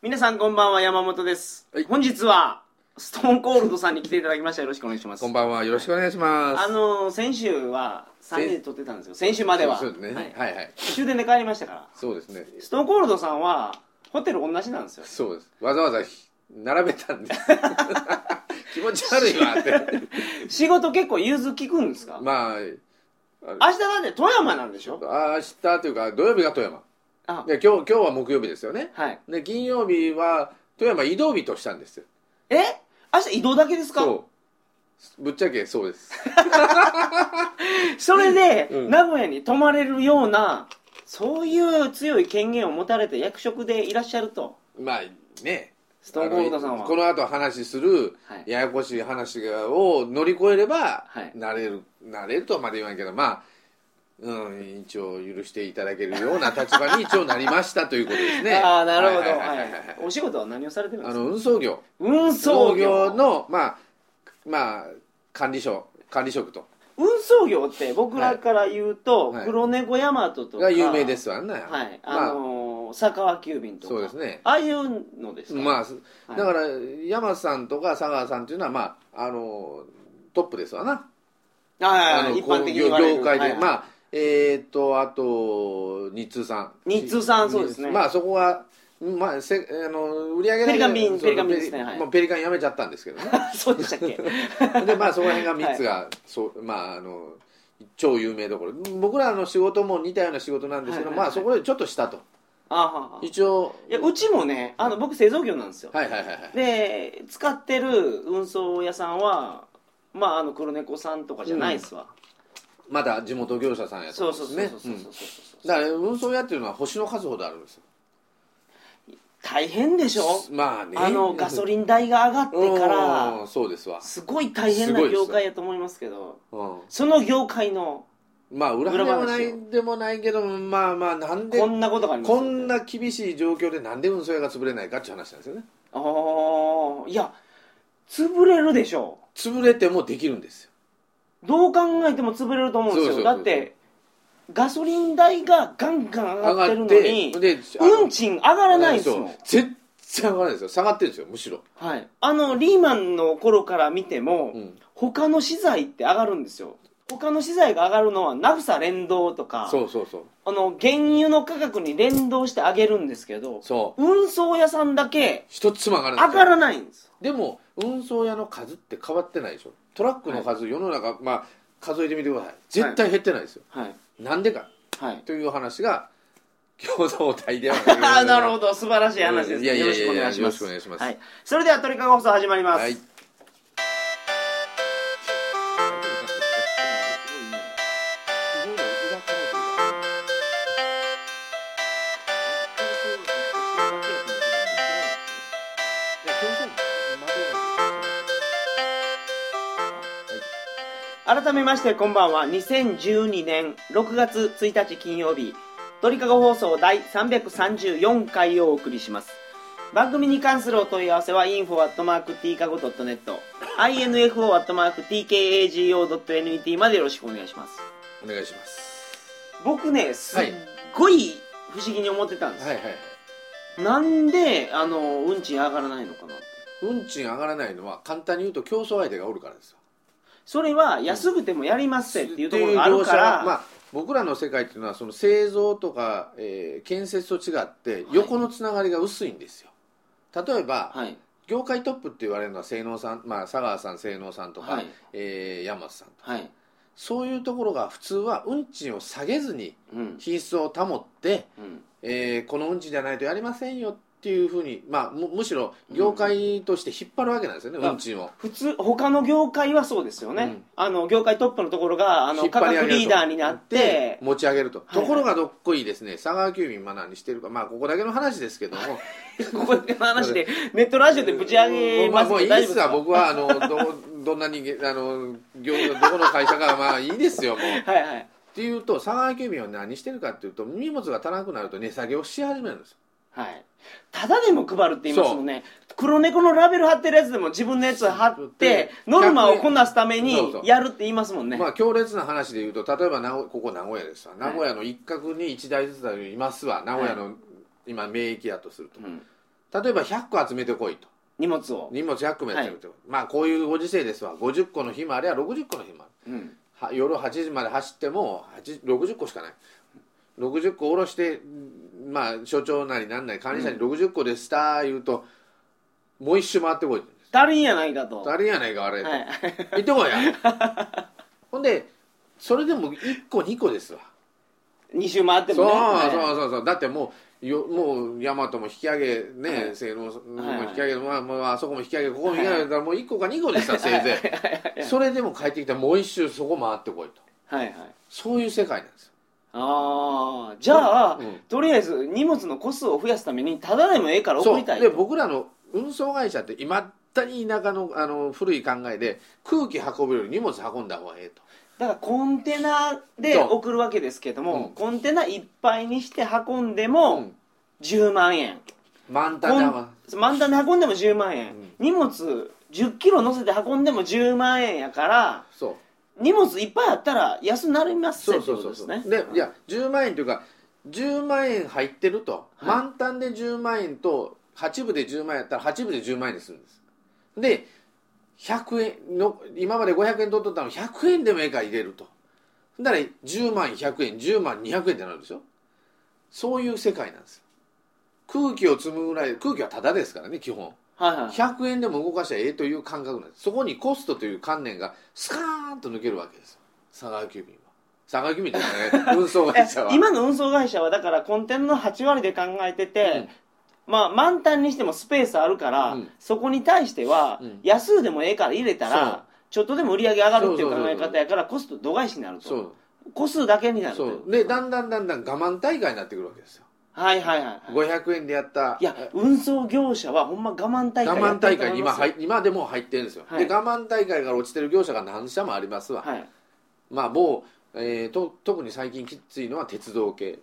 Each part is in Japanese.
皆さんこんばんは、山本です、 はい、 本日はストーンコールドさんに来ていただきました。よろしくお願いします。 こんばんは、よろしくお願いします。 先週は3人で撮ってたんですよ。先週まではそうですね、はいはい、 終電で帰りましたから。 そうですね。 ストーンコールドさんはホテル同じなんですよ。 そうです。わざわざ並べたんです気持ち悪いわって仕事結構融通きくんですか？ まあ明日だって富山なんでしょ？ 明日というか土曜日が富山で、今日は木曜日ですよね。 はい。で金曜日は富山移動日としたんですよ。 明日移動だけですか？ そう、ぶっちゃけそうですそれで、名古屋に泊まれるようなそういう強い権限を持たれて役職でいらっしゃると。 まあね、 ストーンコールドさんはこの後話するややこしい話を乗り越えれば、なれるとはまで言わんけど、まあ一応許していただけるような立場に一応なりましたということですね。 ああ、なるほど。お仕事は何をされてるんですか？ 運送業のまあ管理職と。 運送業って僕らから言うと、黒猫ヤマトとかが有名ですわね。 はい、佐川急便とか、 そうですね、 ああいうのですか？ まあだから山さんとか佐川さんっていうのはまあトップですわな。 一般的に言われる業界で、まああと日通さん、 そうですね。 まあそこはまあ売り上げペリカン便ですね。 もうペリカンやめちゃったんですけどねそうでしたっけでまあそこら辺が3つがまあ超有名どころ。僕らの仕事も似たような仕事なんですけど、まあそこでちょっとしたと。一応いや、うちもね、僕製造業なんですよ。で使ってる運送屋さんはまあ黒猫さんとかじゃないですわ。 まだ地元業者さんやと思うんですね。だから運送屋っていうのは星の数ほどあるんですよ。 大変でしょ？ まあね、 ガソリン代が上がってからそうですわ、 すごい大変な業界やと思いますけど、その業界のまあ裏でもないけど、まあなんでこんなことがありますよ。 こんな厳しい状況でなんで運送屋が潰れないかっていう話なんですよね。 いや潰れるでしょ。 潰れてもできるんですよ。どう考えても潰れると思うんですよ。だってガソリン代がガンガン上がってるのに運賃上がらないんですもん。 全然上がらないですよ。下がってるんですよ、むしろ。 はい、リーマンの頃から見ても、他の資材って上がるんですよ。他の資材が上がるのはナフサ連動とか、原油の価格に連動して上げるんですけど、運送屋さんだけ一つも上がらないんです。 でも運送屋の数って変わってないでしょ。トラックの数、世の中まあ数えてみてください。絶対減ってないですよ。なんでかという話が共同体ではない。 なるほど、素晴らしい話です。よろしくお願いします。それでは鳥かご放送始まります。改めましてこんばんは。2012年6月1日金曜日、鳥かご放送第334回をお送りします。番組に関するお問い合わせは info@tkago.net info@tkago.net までよろしくお願いします。 お願いします。 僕ね、すっごい不思議に思ってたんです。なんで運賃上がらないのかなって。 運賃上がらないのは簡単に言うと競争相手がおるからですよ。 それは安くてもやりますっていうところがあるから、 まあ、僕らの世界っていうのはその製造とか、建設と違って横のつながりが薄いんですよ。例えば、業界トップって言われるのは西農さん、佐川さん、西農さんとか、山松さんとか、そういうところが普通は運賃を下げずに品質を保って、この運賃じゃないとやりませんよっていうふうに、むしろ業界として引っ張るわけなんですよね、運賃を。 普通他の業界はそうですよね。業界トップのところが価格リーダーになって持ち上げると。ところがどっこいですね、佐川急便何してるか、ここだけの話ですけどもここだけの話でネットラジオでぶち上げますけどもういいですわ。僕はどんな人間どこの会社かいいですよもうっていうと、佐川急便は何してるかっていうと、荷物が足らなくなると値下げをし始めるんですよ。 ただでも配るって言いますもんね。黒猫のラベル貼ってるやつでも自分のやつ貼ってノルマをこなすためにやるって言いますもんね。 強烈な話で言うと、例えばここ名古屋ですわ。名古屋の一角に1台ずついますわ。名古屋の今名駅やとすると、 例えば100個集めてこいと。 荷物 100個集めてこいと、まあこういうご時世ですわ。50個の日もあれば60個の日もある、夜8時まで走っても60個しかない。60個下ろして、まあ所長なりなんなり管理者に60個でした言うと、もう一周回ってこいって足りんやないかと。 足りんやないかあれ、行ってこいや。ほんでそれでも1個2個ですわ。 2周回ってもね。 そうだってもう大和も引き上げね、性能も引き上げ、あそこも引き上げ、ここも引き上げたらもう1個か2個でしたせいぜい。それでも帰ってきたらもう一周そこ回ってこいと。そういう世界なんですよ。 じゃあ、とりあえず荷物の個数を増やすためにただでもええから送りたいと。 で僕らの運送会社っていまだに田舎の古い考えで、空気運ぶより荷物運んだ方がええと。 だからコンテナで送るわけですけども、コンテナいっぱいにして運んでも10万円、 満タンで運んでも10万円、荷物10キロ乗せて運んでも10万円やから、荷物いっぱいあったら安くなりますってことですね。 でいや10万円というか10万円入ってると、満タンで10万円と8部で10万円やったら8部で10万円にするんです。で100円の今まで500円取っとったの100円でもええから入れると。だから10万100円10万200円ってなるでしょ。そういう世界なんですよ。空気を積むぐらい、空気はタダですからね基本、100円でも動かしたらええという感覚なんです。そこにコストという観念がスカーンと抜けるわけですよ、佐川急便は。佐川急便ですね運送会社は今の運送会社はだからコンテナの8割で考えてて、まあ満タンにしてもスペースあるから、そこに対しては、安うでもええから入れたらちょっとでも売り上げ上がるっていう考え方やから、コスト度外視になると。個数だけになると。 でだんだん我慢大会になってくるわけですよ。500円でやった。 いや運送業者はほんま我慢大会やってると思いますよ。 今でも入ってるんですよ、で我慢大会から落ちてる業者が何社もありますわ、まあもう、特に最近きついのは鉄道系、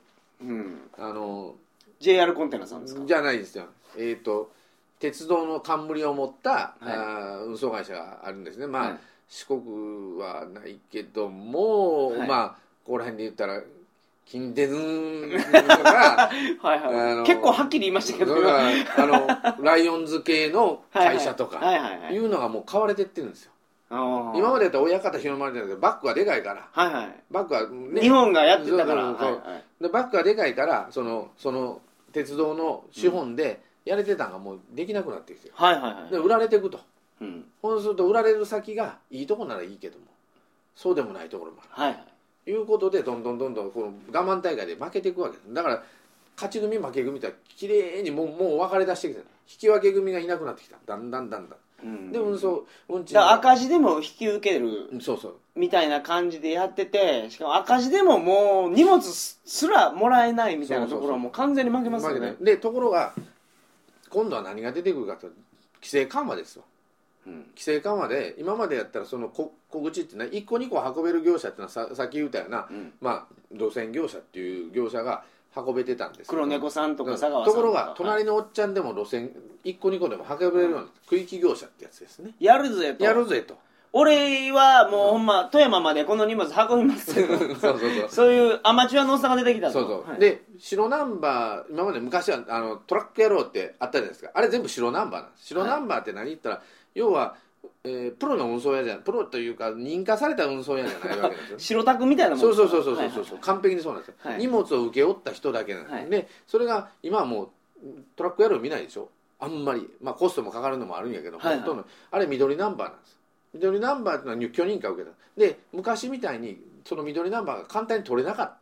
JR コンテナさんですか？ じゃないですよ。鉄道の冠を持った、運送会社があるんですね。まあ、四国はないけども、まあここら辺で言ったら近鉄とか結構はっきり言いましたけど、 ライオンズ系の会社とかいうのがもう買われてってるんですよ。今までやったら親方広まりだけどバックはでかいから、バックは、 日本がやってたから、 でバックはでかいからその鉄道の資本でやれてたのがもうできなくなってきてる、で売られていくと、そうすると売られる先がいいとこならいいけどもそうでもないところもある、いうことでどんどんこの我慢大会で負けていくわけです。だから勝ち組負け組ってきれいにもう分かれ出してきてる。引き分け組がいなくなってきた。だんだんで運賃だ赤字でも引き受けるみたいな感じでやってて、しかも赤字でももう荷物すらもらえないみたいなところはもう完全に負けますよね。 でところが今度は何が出てくるかというと規制緩和ですよ。規制緩和で今までやったらその小口って1個2個運べる業者っていうのはさっき言ったような、まあ路線業者っていう業者が運べてたんですけど、 黒猫さんとか佐川さんとか、 ところが隣のおっちゃんでも路線1個2個でも運べるような区域業者ってやつですね。 やるぜと俺はもうほんま富山までこの荷物運びますけどそういうアマチュアのおっさんが出てきたと。 で白ナンバー今まで昔はトラック野郎ってあったじゃないですか。あれ全部白ナンバーなんです。白ナンバーって何言ったら要はプロの運送屋じゃない、プロというか認可された運送屋じゃないわけですよ。 白タクみたいなもんですか？ そう完璧にそうなんですよ、荷物を請け負った人だけなんです、でそれが今はもうトラック野郎見ないでしょあんまり。まあコストもかかるのもあるんやけど、ほとんどあれ緑ナンバーなんです。緑ナンバーっていうのは許認可を受けた。で昔みたいにその緑ナンバーが簡単に取れなかった、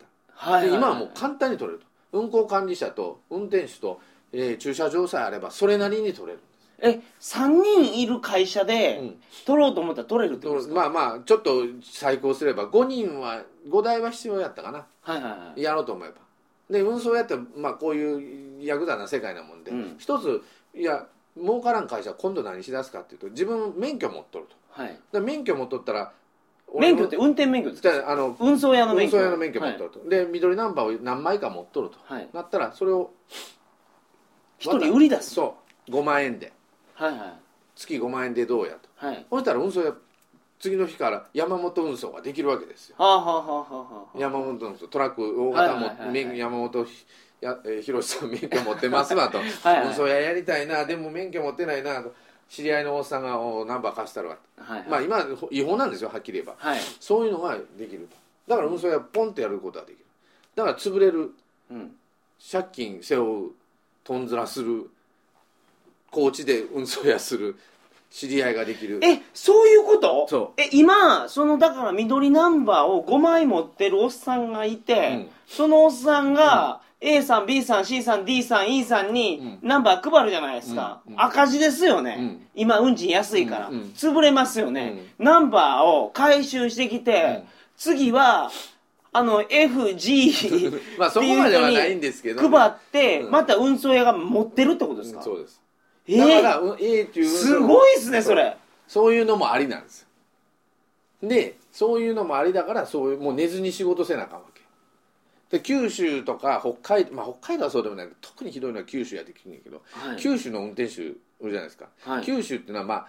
で今はもう簡単に取れると。運行管理者と運転手と、駐車場さえあればそれなりに取れる。 3人いる会社で取ろうと思ったら取れるってことですか？ まあちょっと最高すれば5台は必要やったかな、やろうと思えば。で運送やったら、まあ、こういうヤクザな世界なもんで、一ついや儲からん会社は今度何しだすかっていうと自分免許持っとると、免許持っとったら免許って運転免許ですか？運送屋の免許持っとると、で緑ナンバーを何枚か持っとると、なったらそれを一人売り出す。 そう5万円で月5万円でどうやと、そしたら運送や次の日から山本運送ができるわけですよ。山本運送トラック大型も山本広瀬さん免許持ってますわと運送屋やりたいな、でも免許持ってないなと、知り合いのおっさんがナンバー貸したるわ、まあ今違法なんですよはっきり言えば、そういうのができると。だから運送屋ポンってやることができる。だから潰れる、借金背負う、とんずらする、高知で運送屋する知り合いができる。 そういうこと？ そう。 今だから緑ナンバーを5枚持ってるおっさんがいて、そのおっさんが、A さん B さん C さん D さん E さんにナンバー配るじゃないですか、赤字ですよね、今運賃安いから、潰れますよね、ナンバーを回収してきて、次はFG まあそこまではないんですけど、 配って、また運送屋が持ってるってことですか？ そうです。だから A っていうすごいですねそれ。 そういうのもありなんですよ。でそういうのもありだから、そういうもう寝ずに仕事せなあかんわけで、九州とか北海道、まあ北海道はそうでもないけど、特にひどいのは九州やってきるんだけど、九州の運転手いるじゃないですか、九州っていうのはまあ、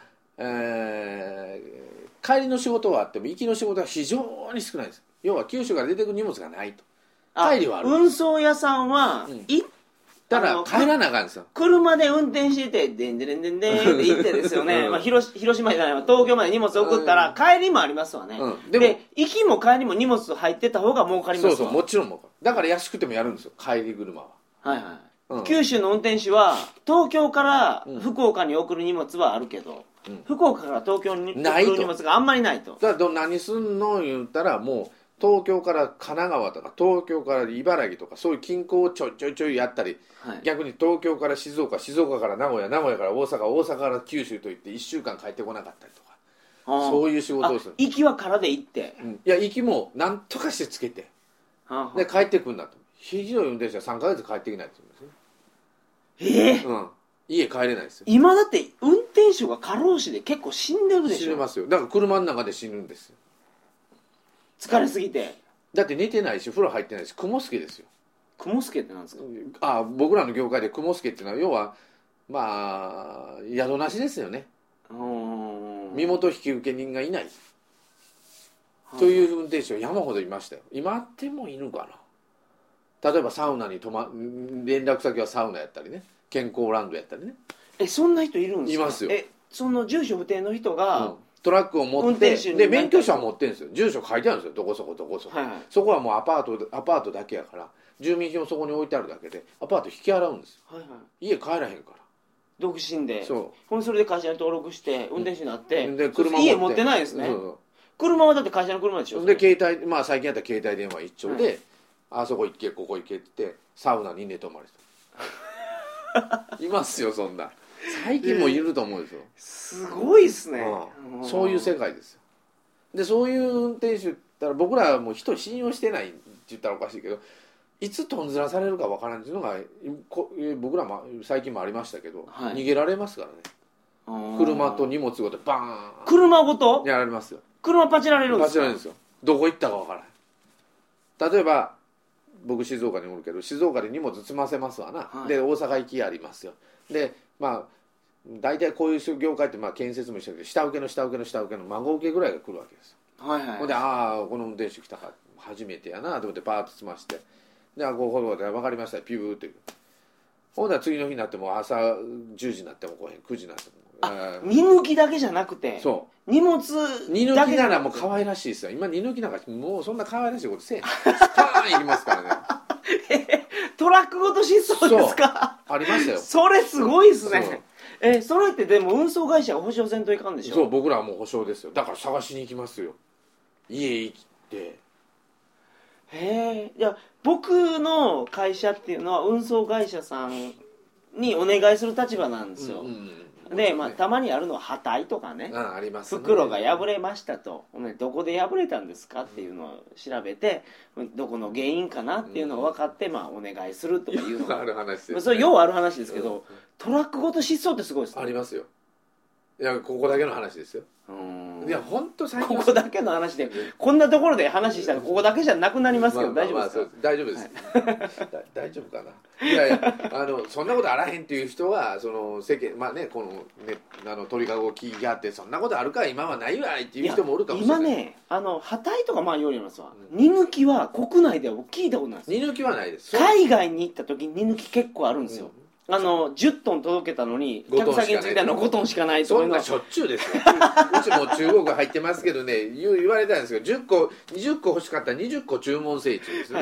帰りの仕事はあっても行きの仕事は非常に少ないんです。要は九州から出てくる荷物がないと。帰りはある。 運送屋さんはだから帰らなあかんですよ。 車で運転しててでんでんでんでんって行ってですよね、まあ広島じゃない東京まで荷物送ったら帰りもありますわね、で行きも帰りも荷物入ってた方が儲かりますわ。 そうそう、もちろん儲かる。だから安くてもやるんですよ帰り車は。 九州の運転手は東京から福岡に送る荷物はあるけど、福岡から東京に送る荷物があんまりないと。 だから何すんの言ったら、もう東京から神奈川とか東京から茨城とかそういう近郊をちょいやったり、逆に東京から静岡、静岡から名古屋、名古屋から大阪、大阪から九州といって1週間帰ってこなかったりとか、そういう仕事をする。 行きは空で行って、 いや行きも何とかしてつけて、で帰ってくるんだと。ひどい運転手は3ヶ月帰ってきないって言うんですね。家帰れないですよ。 今だって運転手が過労死で結構死んでるでしょ。 死にますよ。だから車の中で死ぬんですよ。 疲れすぎて。 だって寝てないし風呂入ってないし、雲助ですよ。 雲助って何ですか？ 僕らの業界で雲助っていうのは要はまあ宿なしですよね。身元引受人がいないという運転手が山ほどいましたよ。今あってもいるかな。例えばサウナに連絡先はサウナやったりね、健康ランドやったりね。 そんな人いるんですか？ いますよ。 その住所不定の人が、 トラックを持ってで免許証は持ってるんですよ。住所書いてあるんですよ。どこそこどこそこ、そこはもうアパートだけやから、住民票そこに置いてあるだけでアパート引き払うんですよ、家帰らへんから。 独身で。 それで会社に登録して運転手になって、 で家持ってないですね。車はだって会社の車でしょ。 で携帯、まあ最近やったら携帯電話一丁で、あそこ行けここ行けってサウナに寝泊まりいますよ。そんな最近もいると思うんですよ。 すごいっすね、 そういう世界ですよ。でそういう運転手ったら、僕らはもう人信用してないって言ったらおかしいけど、いつとんずらされるかわからんっていうのが僕らも最近もありましたけど、逃げられますからね。車と荷物ごとバーン、 車ごとやられますよ。 車パチられるんですか？ パチられるんですよ。どこ行ったかわからない。例えば僕静岡におるけど、静岡で荷物積ませますわな、で大阪行きありますよ。でまあ大体こういう業界ってまあ建設も一緒だけど、下請けの下請けの下請けの孫請けぐらいが来るわけですよ。ほんでこの運転手来たか初めてやなと思ってパーッと積まして、でこうほどで分かりましたピューってほんで次の日になっても朝10時になっても来へん、9時になっても荷抜きだけじゃなくて、 そう荷物荷抜きならもう可愛らしいですよ。今荷抜きなんかもうそんな可愛らしいことせえへん。スパーンいりますからねトラックごと失踪ですか？ ありましたよ。 それすごいですね。それってでも運送会社が保証せんといかんでしょ？ そう、僕らはもう保証ですよ。だから探しに行きますよ、家行って。 いや僕の会社っていうのは運送会社さんにお願いする立場なんですよ。で、まあ、たまにあるのは破壊とかね、 ありますね。 袋が破れましたと、どこで破れたんですかっていうのを調べて、どこの原因かなっていうのを分かって、まあ、お願いするとかいうのがある話です、ね、 それようある話ですけど、トラックごと失踪ってすごいですね。 ありますよ。 いやここだけの話ですよ。いや本当最近ここだけの話でこんなところで話したらここだけじゃなくなりますけど、大丈夫ですか？ 大丈夫です、大丈夫かな。いやいやそんなことあらへんっていう人はその世間まあねこのね鳥かごを聞いてあってそんなことあるか今はないわいっていう人もおるかもしれない。 今ね破胎とかまあよりますわ、荷抜きは国内では聞いたことないです。 荷抜きはないです。 海外に行った時荷抜き結構あるんですよ。10トン届けたのに客先についたの5トンしかないとか。 そんなしょっちゅうですよ。うちも中国入ってますけどね言われたんですけど20個欲しかったら20個注文請求ですよね、はい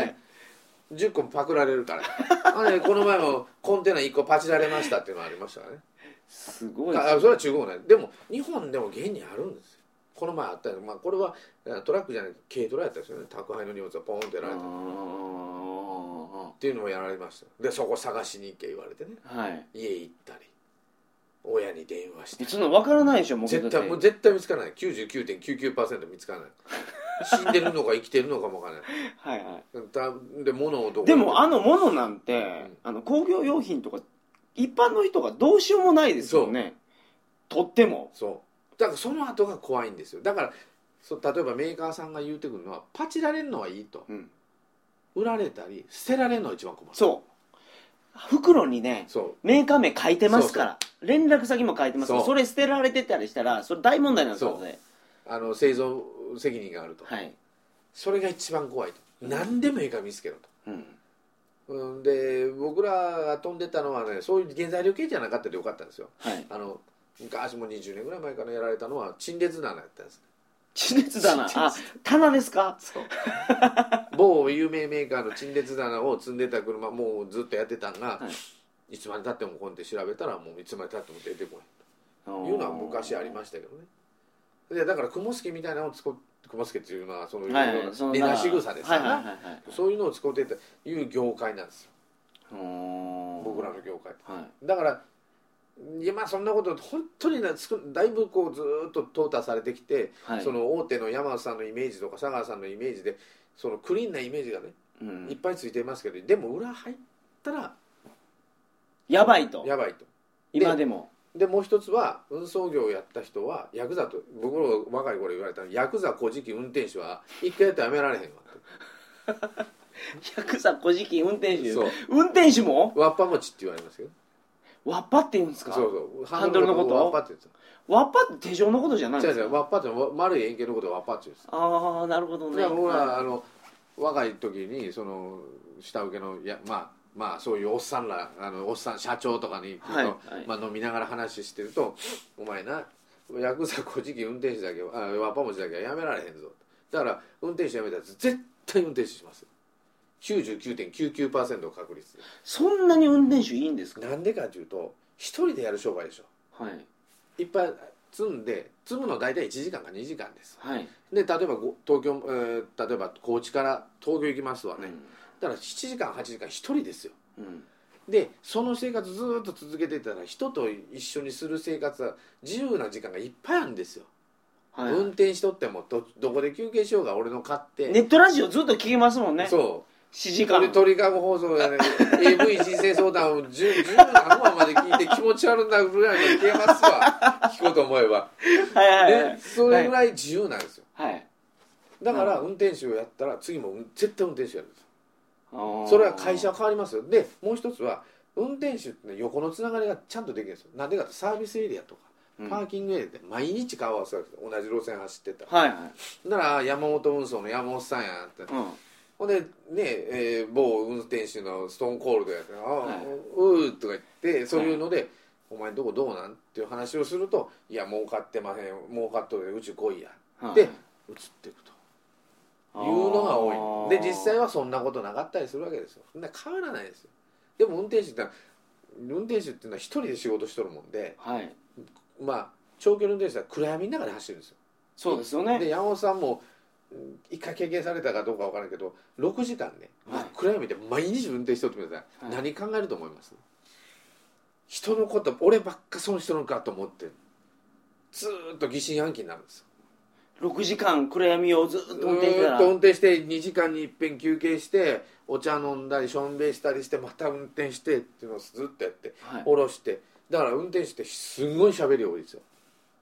、10個パクられるからこの前もコンテナ1個パチられましたっていうのがありましたからね。 すごいですね。 それは中国ないでも日本でも現にあるんですよ。この前あったよ、まあ、これはトラックじゃない軽トラやったんですよね。宅配の荷物がポンってやられたっていうのもやられました。でそこ探しに行け言われてね、はい、家行ったり親に電話してそんな分からないでしょ。もう絶対見つからない。 99.99% 見つからない。死んでるのか生きてるのかも分からないはい、はい、で物をどこでも物なんて、工業用品とか一般の人がどうしようもないですよね。とってもそうだからその後が怖いんですよ。だから例えばメーカーさんが言うてくるのはパチられるのはいいと、売られたり捨てられるのが一番困る。 そう袋にねメーカー名書いてますから、連絡先も書いてますから、それ捨てられてたりしたらそれ大問題なんですよね。 製造責任があると、はい、それが一番怖いと。何でもいいから見つけろと、で僕らが飛んでたのはねそういう原材料系じゃなかったでよかったんですよ、はい、昔も20年ぐらい前からやられたのは陳列棚やったんです。 陳列棚棚ですか？そう某有名メーカーの陳列棚を積んでた車もうずっとやってたんが、はい、いつまでたってもこうやって調べたらもういつまでたっても出てこないというのは昔ありましたけどね。でだから雲助みたいなのを雲助っていうのはその根なし草ですからそういうのを使っていたいう業界なんですよ僕らの業界、はい、だからいやまあそんなこと本当にだいぶこうずっと淘汰されてきて、はい、その大手の山田さんのイメージとか佐川さんのイメージでそのクリーンなイメージがね、いっぱいついてますけどでも裏入ったらやばいと今でもでもう一つは運送業をやった人はヤクザと僕の若い頃言われたのヤクザ古事記運転手は一回やってやめられへんわヤクザ古事記運転手運転手もわっぱ餅って言われますけどわっぱって言うんですか？ そうハンドルのことわっぱって言うんですよ。 わっぱって手錠のことじゃないんですか？ 違うわっぱって丸い円形のことをわっぱって言うんです。 ああなるほどね。 僕は若い時にその下請けのまあそういうおっさんらおっさん社長とかに行くと、はいはいまあ、飲みながら話してるとお前なヤクザ古事記運転手だけわっぱ餅だけはやめられへんぞ。だから運転手やめたら絶対運転手しますよ。99.99% 確率で。 そんなに運転手いいんですか？ なんでかというと一人でやる商売でしょ、はい、いっぱい積むの大体1時間か2時間です、はい、で例えば東京、例えば高知から東京行きますわね、だから7時間8時間一人ですよ、でその生活ずっと続けてたら人と一緒にする生活は自由な時間がいっぱいあるんですよ、はい、運転しとってもどこで休憩しようが俺の買ってネットラジオずっと聞けますもんね。 そう 7時間鳥かご放送やねAV 人生相談を10何話まで聞いて気持ち悪いんだぐらいまで聞けますわ聞こうと思えばでそれぐらい自由なんですよ、はい、だから運転手をやったら次も絶対運転手やるんですよ。それは会社は変わりますよ。でもう一つは運転手って、ね、横のつながりがちゃんとできるんですよ。なんでかってサービスエリアとかパーキングエリアで毎日顔合わせるんですよ。同じ路線走ってたら、はいはい、だから山本運送の山本さんやって、ほんでね、某運転手のストーンコールドやって「ああ、うー」とか言ってそういうので「お前どこどうなん?」っていう話をすると「いや儲かってまへん儲かっとるでうち来いや」で移っていくというのが多い。で実際はそんなことなかったりするわけですよ。そんな変わらないですよ。でも運転手っていうのは一人で仕事しとるもんで、はい、まあ長距離運転手は暗闇の中で走るんですよ。 そうですよね。 で山本さんも一回経験されたかどうかわからないけど6時間ね、はい、暗闇で毎日運転しておってください、はい、何考えると思います？人のこと俺ばっか損してるのかと思ってずーっと疑心暗鬼になるんですよ。 6時間暗闇をずっと運転してたらずっと運転して2時間に一遍休憩してお茶飲んだりしょんべいしたりしてまた運転してっていうのをずっとやって、はい、下ろしてだから運転手ってすごい喋り多いですよ。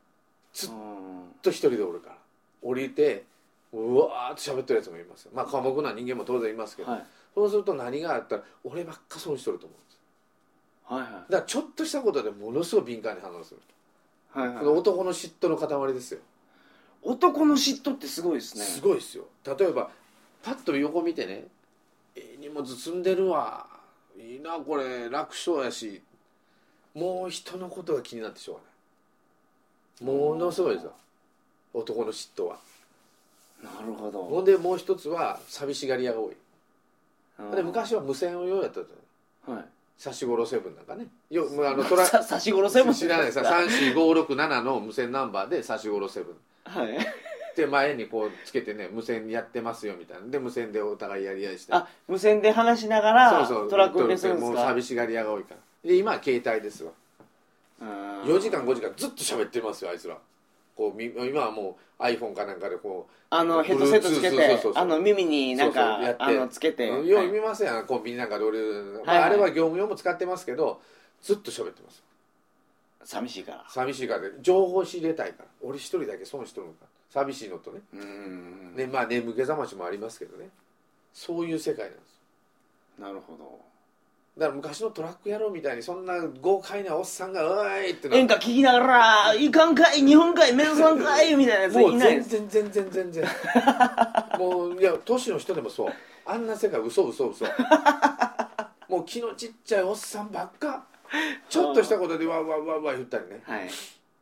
ずっと一人でおるから、降りてうわーって喋ってるやつもいますよ。まあ寡黙な人間も当然いますけど、はい、そうすると何があったら俺ばっか損しとると思うんです。はいはい、だからちょっとしたことでものすごい敏感に反応する、はいはい、男の嫉妬の塊ですよ。 男の嫉妬ってすごいですね。 すごいですよ。例えばパッと横見てね、荷物積んでるわ、いいなこれ楽勝やし、もう人のことが気になってしょうがない。ものすごいですよ男の嫉妬は。 なるほど。 ほんでもう一つは寂しがり屋が多い。で昔は無線をようやったじゃない、はい、サシゴロセブンなんかね、 サシゴロセブン知らないですか。34567の無線ナンバーでサシゴロセブン、はい、で前にこうつけてね、無線やってますよみたいなで、無線でお互いやり合いして、 あ、無線で話しながらトラック運転するんですか。 もう寂しがり屋が多いから。で今は携帯ですわ。4時間5時間ずっと喋ってますよあいつら。こう今はもう iPhone かなんかでこうヘッドセットつけて耳になんかつけてよう見ますやん、コンビニなんかで俺、あれは業務用も使ってますけどずっと喋ってます。 寂しいからで情報仕入れたいから。俺一人だけ損しとるのか寂しいのとね。ね、まあ眠気覚ましもありますけどね、そういう世界なんです。 なるほど。 だから昔のトラック野郎みたいにそんな豪快なおっさんが「おい!」って演歌聴きながら「いかんかい日本かいメンソンかい」みたいなやついない。 もう全然もういや年の人でもそう、あんな世界嘘もう気のちっちゃいおっさんばっか、ちょっとしたことでわ言ったりね。はい、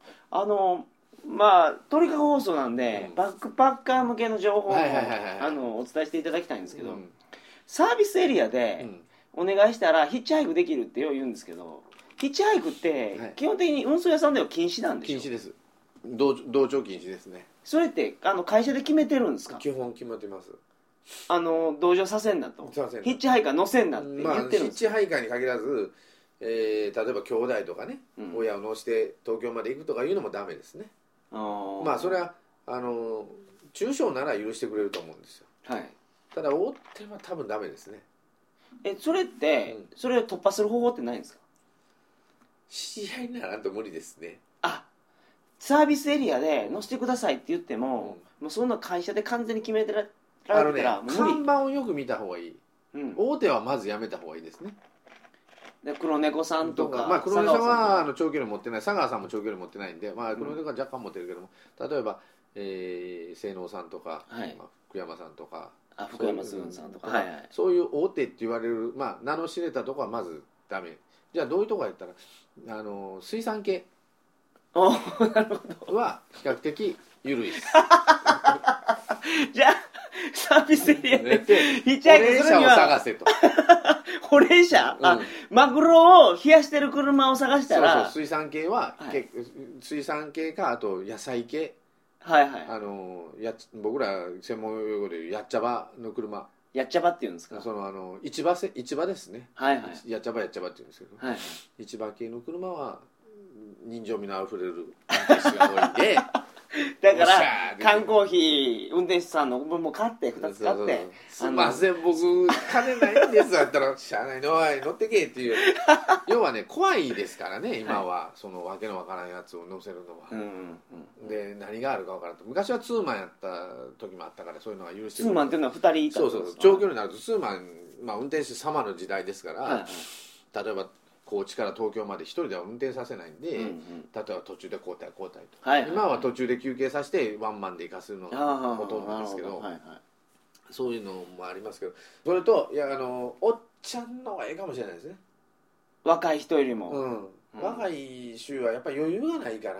まあ鳥かご放送なんで、バックパッカー向けの情報をお伝えしていただきたいんですけど、サービスエリアで、お願いしたらヒッチハイクできるってよう言うんですけど、ヒッチハイクって基本的に運送屋さんでは禁止なんでしょ。 禁止です。同調禁止ですね。 それって会社で決めてるんですか。 基本決まってます。 同乗させんなと、ヒッチハイカー乗せんなって言ってるんですか。 ヒッチハイカーに限らず、例えば兄弟とかね、親を乗せて東京まで行くとかいうのもダメですね。まあそれは中小なら許してくれると思うんですよ。はい、ただ大手は多分ダメですね。 それって、それを突破する方法ってないんですか。 知り合いにならんと無理ですね。 サービスエリアで乗せてくださいって言っても、もうそんな会社で完全に決めてられてたら無理。 看板をよく見た方がいい、大手はまずやめた方がいいですね。 で黒猫さんとか、 まあ、黒猫さんは長距離持ってない、佐川さんも長距離持ってないんで、まあ、黒猫は若干持ってるけども、例えば清野さんとか、福山さんとか、 福山すぐんさんとか、 そういう大手って言われる、まあ、名の知れたとこはまずダメ。じゃあどういうとこやったら水産系は比較的緩いです。 じゃあサービスエリアでヒッチハイクするには保冷車を探せと。 保冷車、マグロを冷やしてる車を探したら、 水産系は、水産系か、あと野菜系、僕ら専門用語でいうやっちゃばの車、 やっちゃばっていうんですか。 市場ですね。やっちゃばっていうんですけど、市場系の車は人情味のあふれる運転手が多いんでだから缶コーヒー運転手さんの分も買って2つ買って、 すいません僕金ないんですだったらしゃあないのおい乗ってけっていう要はね怖いですからね今は、そのわけのわからんやつを乗せるのは、で何があるかわからんと。昔はツーマンやった時もあったからそういうのが許してツーマンっていうのは2人いた。 長距離になるとツーマン、まあ、運転手様の時代ですから、例えば高知から東京まで一人では運転させないんで、例えば途中で交代と、今は途中で休憩させてワンマンで行かせるのがほとんどですけど、そういうのもありますけど、それといやおっちゃんの方がええかもしれないですね。 若い人よりも、 若い衆はやっぱり余裕がないから、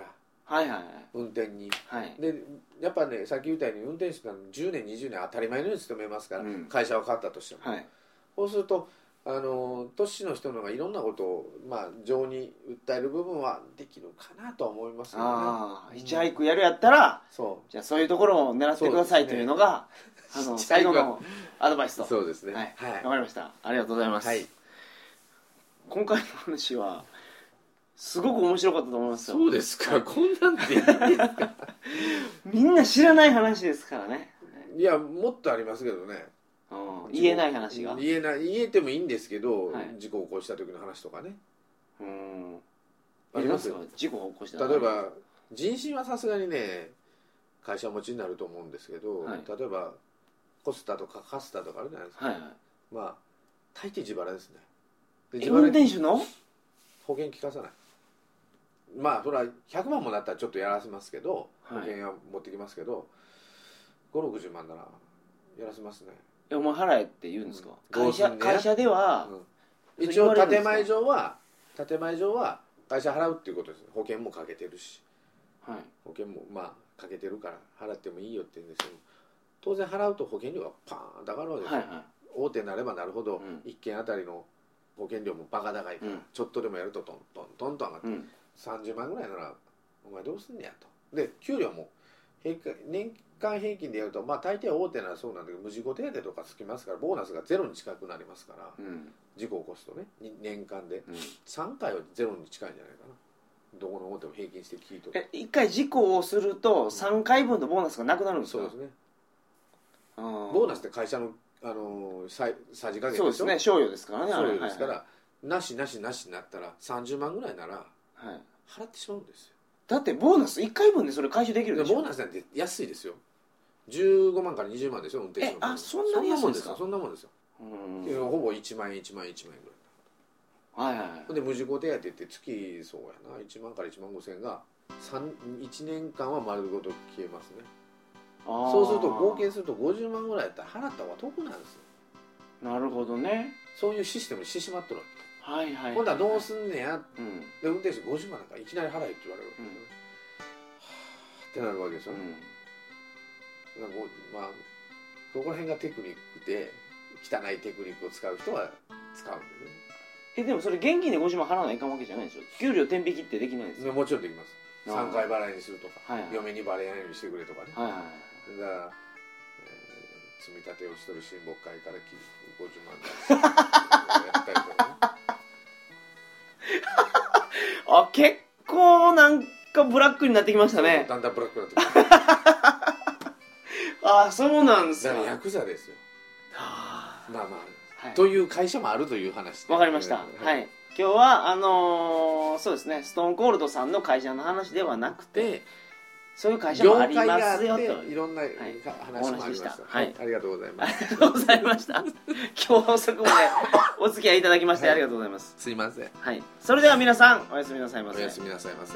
運転に、でやっぱねさっき言ったように運転手が10年20年当たり前のように勤めますから、会社を変わったとしても、そうすると年の人の方がいろんなことを、情に訴える部分はできるかなとは思いますけどね。 ヒッチハイクやるやったら、じゃあそういうところを狙ってくださいというのが最後のアドバイスと。 そうですね。 わかりました。ありがとうございます。今回の話はすごく面白かったと思いますよ。 そうですか。こんなんでいいんですか。 みんな知らない話ですからね。 いやもっとありますけどね。 言えない話が言えてもいいんですけど、事故を起こした時の話とかね。 ありますよ。事故を起こした例えば人身はさすがにね会社持ちになると思うんですけど、はい、例えばコスタとかカスタとかあるじゃないですか、はいはい、まあ大抵自腹ですね。 で運転手の保険効かさない。まあそれは100万もなったらちょっとやらせますけど、はい、保険は持ってきますけど560万ならやらせますね。 お前払えって言うんですか、会社では、 一応建前上は会社払うっていうことです。保険もかけてるし、はい、保険もまあかけてるから払ってもいいよって言うんですけど、当然払うと保険料がパーンと上がるわけですよ、はいはい、大手になればなるほど、1件あたりの保険料もバカ高いから、ちょっとでもやるとトントントンと上がって、30万ぐらいならお前どうすんねやと。で給料も年間平均でやると、まあ大抵大手ならそうなんだけど無事故手当とかつきますから、ボーナスがゼロに近くなりますから、事故を起こすとね年間で、3回はゼロに近いんじゃないかな。どこの大手も平均して聞いとる。 1回事故をすると3回分のボーナスがなくなるんですか。 そうですね。ボーナスって会社のさじ加減でしょ。 そうですね、賞与ですからね。 賞与ですから、はい、なしになったら30万ぐらいなら払ってしまうんですよ。 だってボーナス1回分でそれ回収できるでしょ。 ボーナスなんて安いですよ。15万から20万でしょ、運転手の。 そんなに安いですか。 そんなもんですよ。ほぼ1万円ぐらい。はいはいはい。で無事故手当って月そうやな1万から1万5千円が1年間は丸ごと消えますね。そうすると合計すると50万ぐらいやったら払った方が得なんですよ。 なるほどね。 そういうシステムにしてしまっとるわけ。 はいはい。 今度はどうすんねや、で運転手50万なんかいきなり払えって言われるわけ、はあってなるわけですよ、まあここら辺がテクニックで汚いテクニックを使う人は使うんですね。 でもそれ現金で50万払わないかんわけじゃないでしょ。給料天引きってできないですよ。 もちろんできます。3回払いにするとか、嫁にバレないようにしてくれとかね、だから積み立てをしとる親睦会から50万やったりとかね結構なんかブラックになってきましたね。 だんだんブラックになってきますそうなんですか。 だからヤクザですよ。まあまあ、という会社もあるという話。 わかりました。はい。今日はそうですね、ストーンコールドさんの会社の話ではなくて、そういう会社もありますよといろんな話もありました。はい、ありがとうございます。 ありがとうございました。今日は遅くまでお付き合いいただきましてありがとうございます。 すいません。 はい。それでは皆さんおやすみなさいませ。 おやすみなさいませ。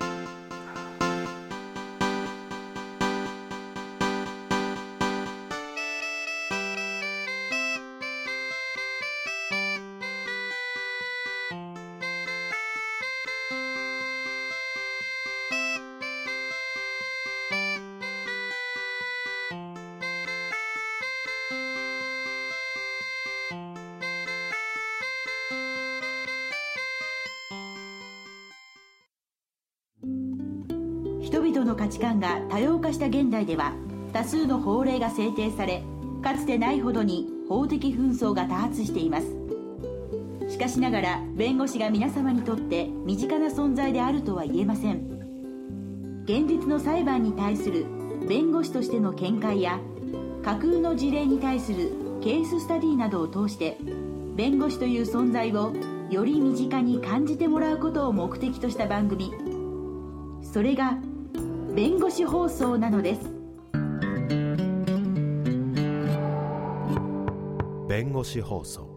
人々の価値観が多様化した現代では多数の法令が制定され、かつてないほどに法的紛争が多発しています。しかしながら弁護士が皆様にとって身近な存在であるとは言えません。現実の裁判に対する弁護士としての見解や架空の事例に対するケーススタディなどを通して弁護士という存在をより身近に感じてもらうことを目的とした番組、それが弁護士放送なのです。 弁護士放送。